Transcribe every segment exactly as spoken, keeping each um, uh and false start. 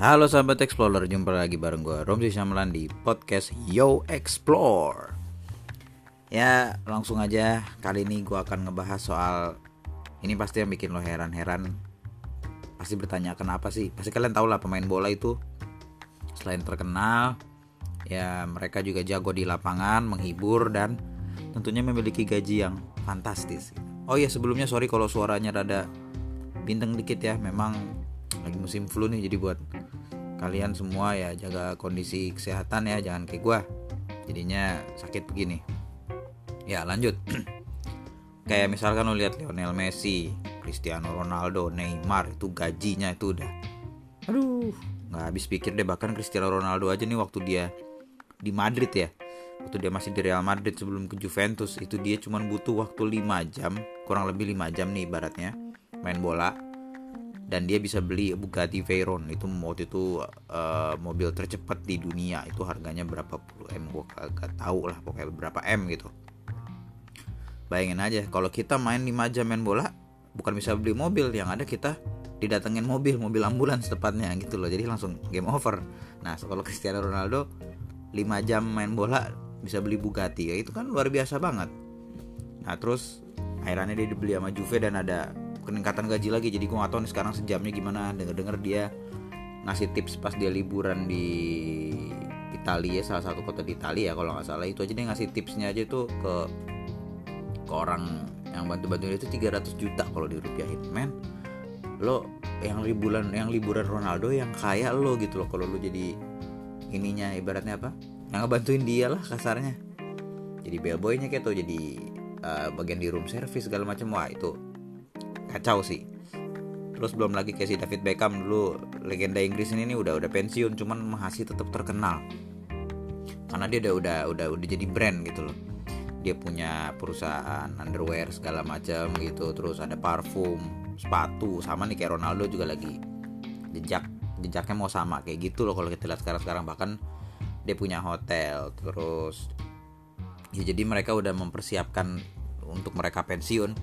Halo sahabat Explorer, jumpa lagi bareng gue Romsi Syamlan di podcast Yo Explore. Ya langsung aja, kali ini gue akan ngebahas soal ini pasti yang bikin lo heran-heran. Pasti bertanya kenapa sih? Pasti kalian tahu lah pemain bola itu selain terkenal, ya mereka juga jago di lapangan, menghibur dan tentunya memiliki gaji yang fantastis. Oh ya sebelumnya sorry kalau suaranya rada bintang dikit ya, memang lagi musim flu nih, jadi buat kalian semua ya jaga kondisi kesehatan ya, jangan kayak gue jadinya sakit begini. Ya lanjut. Kayak misalkan lo lihat Lionel Messi, Cristiano Ronaldo, Neymar, itu gajinya itu udah aduh nggak habis pikir deh. Bahkan Cristiano Ronaldo aja nih waktu dia di Madrid ya, waktu dia masih di Real Madrid sebelum ke Juventus, itu dia cuma butuh waktu lima jam, kurang lebih lima jam nih ibaratnya main bola, dan dia bisa beli Bugatti Veyron. Itu waktu itu uh, mobil tercepat di dunia. Itu harganya berapa puluh M, gue kagak tahu lah, pokoknya berapa M gitu. Bayangin aja kalau kita main lima jam main bola, bukan bisa beli mobil, yang ada kita didatengin mobil, mobil ambulans tepatnya gitu loh. Jadi langsung game over. Nah kalau Cristiano Ronaldo lima jam main bola bisa beli Bugatti, ya itu kan luar biasa banget. Nah terus akhirnya dia dibeli sama Juve dan ada peningkatan gaji lagi. Jadi gue gak tahu nih sekarang sejamnya gimana. Dengar-dengar dia ngasih tips pas dia liburan di Italia, salah satu kota di Italia ya kalau gak salah. Itu aja dia ngasih tipsnya aja tuh ke ke orang yang bantu-bantuin itu tiga ratus juta kalau dirupiahin. Men, lo yang liburan yang liburan Ronaldo yang kaya lo gitu loh. Kalau lo jadi ininya ibaratnya apa, yang ngebantuin dia lah kasarnya, jadi bellboynya kayak tuh, jadi uh, bagian di room service segala macam. Wah itu kacau sih. Terus belum lagi kayak si David Beckham dulu, legenda Inggris ini nih udah udah pensiun, cuman masih tetap terkenal karena dia udah udah udah udah jadi brand gitu loh. Dia punya perusahaan underwear segala macam gitu, terus ada parfum, sepatu, sama nih kayak Ronaldo juga lagi jejak jejaknya mau sama kayak gitu loh kalau kita lihat sekarang-sekarang. Bahkan dia punya hotel, terus ya jadi mereka udah mempersiapkan untuk mereka pensiun.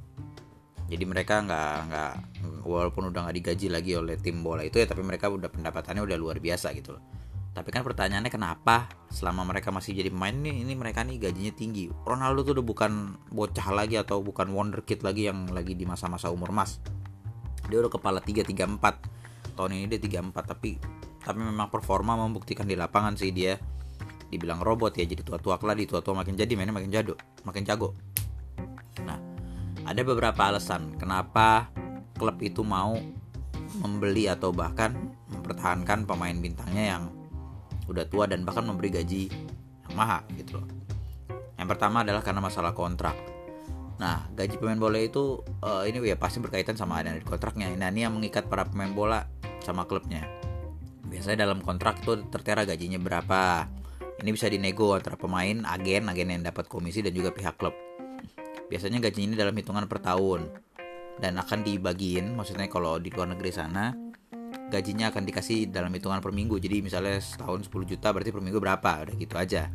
Jadi mereka nggak nggak walaupun udah nggak digaji lagi oleh tim bola itu ya, tapi mereka udah pendapatannya udah luar biasa gitu loh. Tapi kan pertanyaannya kenapa selama mereka masih jadi pemain nih, ini mereka nih gajinya tinggi. Ronaldo tuh udah bukan bocah lagi atau bukan wonderkid lagi yang lagi di masa-masa umur emas. Dia udah kepala tiga tiga empat. Tahun ini dia tiga empat, tapi tapi memang performa membuktikan di lapangan sih. Dia dibilang robot ya, jadi tua-tua lah, di tua-tua makin jadi mainnya makin jago, makin jago. Nah, ada beberapa alasan kenapa klub itu mau membeli atau bahkan mempertahankan pemain bintangnya yang udah tua dan bahkan memberi gaji yang mahal gitu loh. Yang pertama adalah karena masalah kontrak. Nah, gaji pemain bola itu uh, ini ya pasti berkaitan sama ada di kontraknya. Nah, ini yang mengikat para pemain bola sama klubnya. Biasanya dalam kontrak itu tertera gajinya berapa. Ini bisa dinego antara pemain, agen, agen yang dapat komisi dan juga pihak klub. Biasanya gaji ini dalam hitungan per tahun dan akan dibagiin, maksudnya kalau di luar negeri sana gajinya akan dikasih dalam hitungan per minggu. Jadi misalnya setahun sepuluh juta berarti per minggu berapa, udah gitu aja.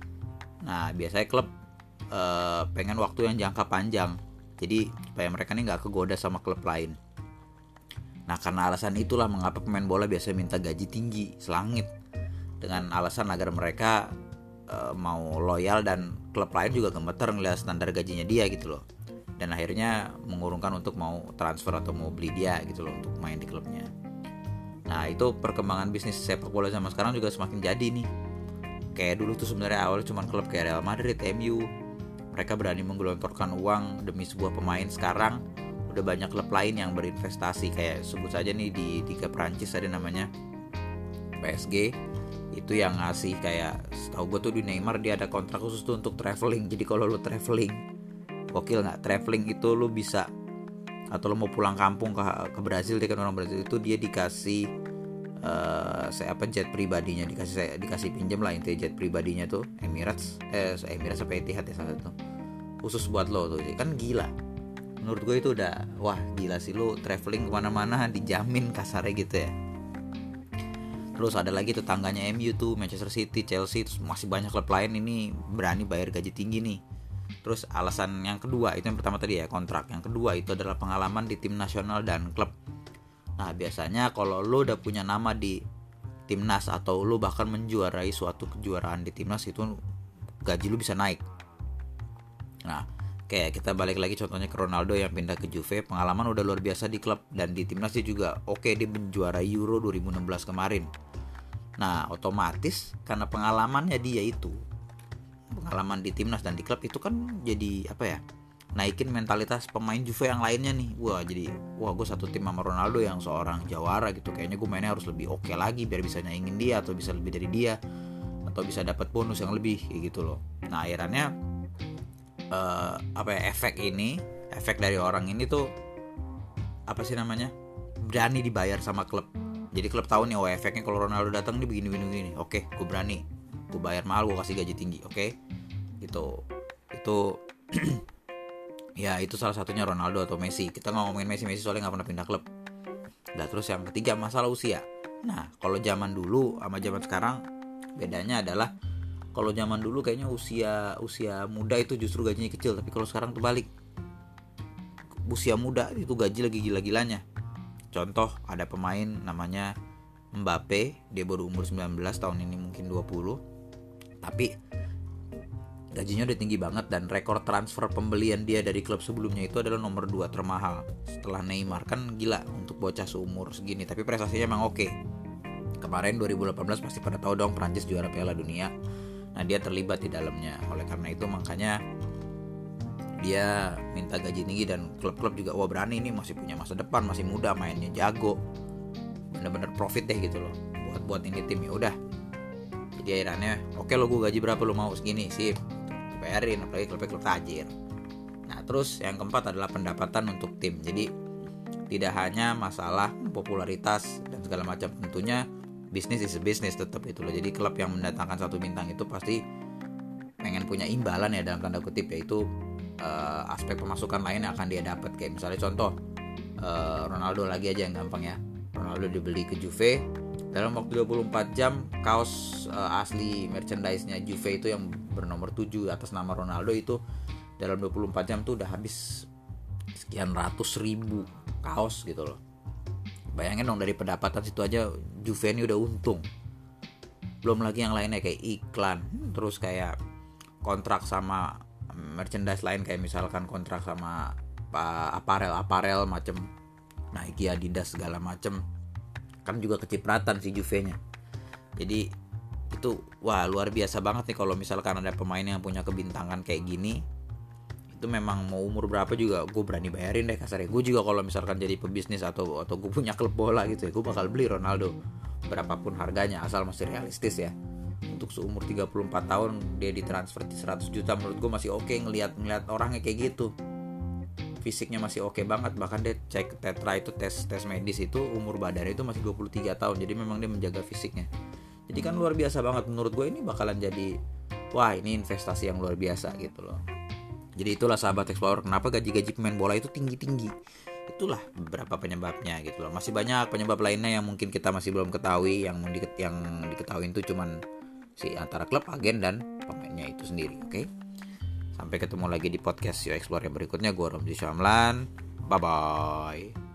Nah biasanya klub e, pengen waktu yang jangka panjang, jadi supaya mereka nih gak kegoda sama klub lain. Nah karena alasan itulah mengapa pemain bola biasanya minta gaji tinggi, selangit, dengan alasan agar mereka e, mau loyal dan klub lain juga gemeter ngeliat standar gajinya dia gitu loh. Dan akhirnya mengurungkan untuk mau transfer atau mau beli dia gitu loh untuk main di klubnya. Nah itu perkembangan bisnis sepak bola zaman sekarang juga semakin jadi nih. Kayak dulu tuh sebenarnya awalnya cuma klub kayak Real Madrid, M U, mereka berani menggelontorkan uang demi sebuah pemain. Sekarang udah banyak klub lain yang berinvestasi. Kayak sebut saja nih di Liga Prancis ada namanya P S G. Itu yang ngasih kayak, setahu gue tuh di Neymar dia ada kontrak khusus tuh untuk traveling. Jadi kalau lu traveling, gokil nggak? Traveling itu lu bisa, atau lo mau pulang kampung ke ke Brazil, dia kan orang Brazil, itu dia dikasih uh, saya apa jet pribadinya, dikasih saya dikasih pinjam lah intinya jet pribadinya tuh Emirates eh Emirates apa Etihad ya salah satu, khusus buat lo tuh. Jadi kan gila, menurut gue itu udah wah gila sih, lo traveling kemana-mana dijamin kasarnya gitu ya. Terus ada lagi tetangganya M U tuh Manchester City, Chelsea, terus masih banyak klub lain ini berani bayar gaji tinggi nih. Terus alasan yang kedua, itu yang pertama tadi ya kontrak, yang kedua itu adalah pengalaman di tim nasional dan klub. Nah biasanya kalau lu udah punya nama di timnas atau lu bahkan menjuarai suatu kejuaraan di timnas, itu gaji lu bisa naik. Nah kayak kita balik lagi contohnya ke Ronaldo yang pindah ke Juve, pengalaman udah luar biasa di klub, dan di timnas dia juga oke, dia menjuarai Euro dua ribu enam belas kemarin. Nah otomatis karena pengalamannya dia itu, pengalaman di timnas dan di klub itu kan jadi apa ya, naikin mentalitas pemain Juve yang lainnya nih. Wah jadi wah gue satu tim sama Ronaldo yang seorang jawara gitu, kayaknya gue mainnya harus lebih oke lagi biar bisa nyaingin dia atau bisa lebih dari dia atau bisa dapat bonus yang lebih kayak gitu loh. Nah akhirnya uh, apa ya, efek ini efek dari orang ini tuh apa sih namanya, berani dibayar sama klub. Jadi klub tahu nih, oh efeknya kalau Ronaldo datang nih begini begini begini, oke gue berani, gue bayar mahal, gue kasih gaji tinggi, oke gitu. Itu ya itu salah satunya Ronaldo atau Messi. Kita nggak ngomongin Messi, Messi soalnya nggak pernah pindah klub. Nah terus yang ketiga masalah usia. Nah kalau zaman dulu sama zaman sekarang bedanya adalah, kalau zaman dulu kayaknya usia usia muda itu justru gajinya kecil, tapi kalau sekarang terbalik, usia muda itu gaji lagi gila-gilanya. Contoh ada pemain namanya Mbappe, dia baru umur sembilan belas, tahun ini mungkin dua puluh, tapi gajinya udah tinggi banget, dan rekor transfer pembelian dia dari klub sebelumnya itu adalah nomor dua termahal setelah Neymar. Kan gila untuk bocah seumur segini, tapi prestasinya emang oke. Kemarin dua ribu delapan belas pasti pada tahu dong, Prancis juara Piala Dunia. Nah dia terlibat di dalamnya. Oleh karena itu makanya dia minta gaji tinggi, dan klub-klub juga wah berani, ini masih punya masa depan, masih muda, mainnya jago, bener-bener profit deh gitu loh buat buat ini tim. Ya udah, jadi akhirnya oke lo, gue gaji berapa lo mau, segini sip, bayarin, apalagi klub-klub tajir. Nah terus yang keempat adalah pendapatan untuk tim. Jadi tidak hanya masalah popularitas dan segala macam, tentunya bisnis is a business tetap itu loh. Jadi klub yang mendatangkan satu bintang itu pasti pengen punya imbalan ya dalam tanda kutip, yaitu uh, aspek pemasukan lain yang akan dia dapat. Kayak misalnya contoh uh, Ronaldo lagi aja yang gampang ya. Ronaldo dibeli ke Juve, dalam waktu dua puluh empat jam kaos uh, asli merchandise-nya Juve itu yang bernomor tujuh atas nama Ronaldo itu dalam dua puluh empat jam tuh udah habis sekian ratus ribu kaos gitu loh. Bayangin dong, dari pendapatan situ aja Juve ini udah untung. Belum lagi yang lainnya kayak iklan, terus kayak kontrak sama merchandise lain, kayak misalkan kontrak sama aparel-aparel macem Nike, Adidas segala macem, kan juga kecipratan si Juve-nya. Jadi itu wah luar biasa banget nih kalau misalkan ada pemain yang punya kebintangan kayak gini. Itu memang mau umur berapa juga gue berani bayarin deh kasarnya. Gue juga kalau misalkan jadi pebisnis atau atau gue punya klub bola gitu ya, gue bakal beli Ronaldo berapapun harganya, asal masih realistis ya. Untuk seumur tiga puluh empat tahun dia ditransfer di seratus juta, menurut gue masih oke. Ngelihat ngelihat orangnya kayak gitu, fisiknya masih oke banget. Bahkan dia cek tetra itu, tes tes medis itu, umur badannya itu masih dua puluh tiga tahun. Jadi memang dia menjaga fisiknya. Jadi kan luar biasa banget. Menurut gue ini bakalan jadi wah ini investasi yang luar biasa gitu loh. Jadi itulah sahabat Explorer, kenapa gaji-gaji pemain bola itu tinggi-tinggi. Itulah beberapa penyebabnya gitu loh. Masih banyak penyebab lainnya yang mungkin kita masih belum ketahui. Yang yang diketahui itu cuman si antara klub, agen, dan pemainnya itu sendiri. Oke, sampai ketemu lagi di podcast Yo Explore yang berikutnya. Gue Romzi Syamlan, bye bye.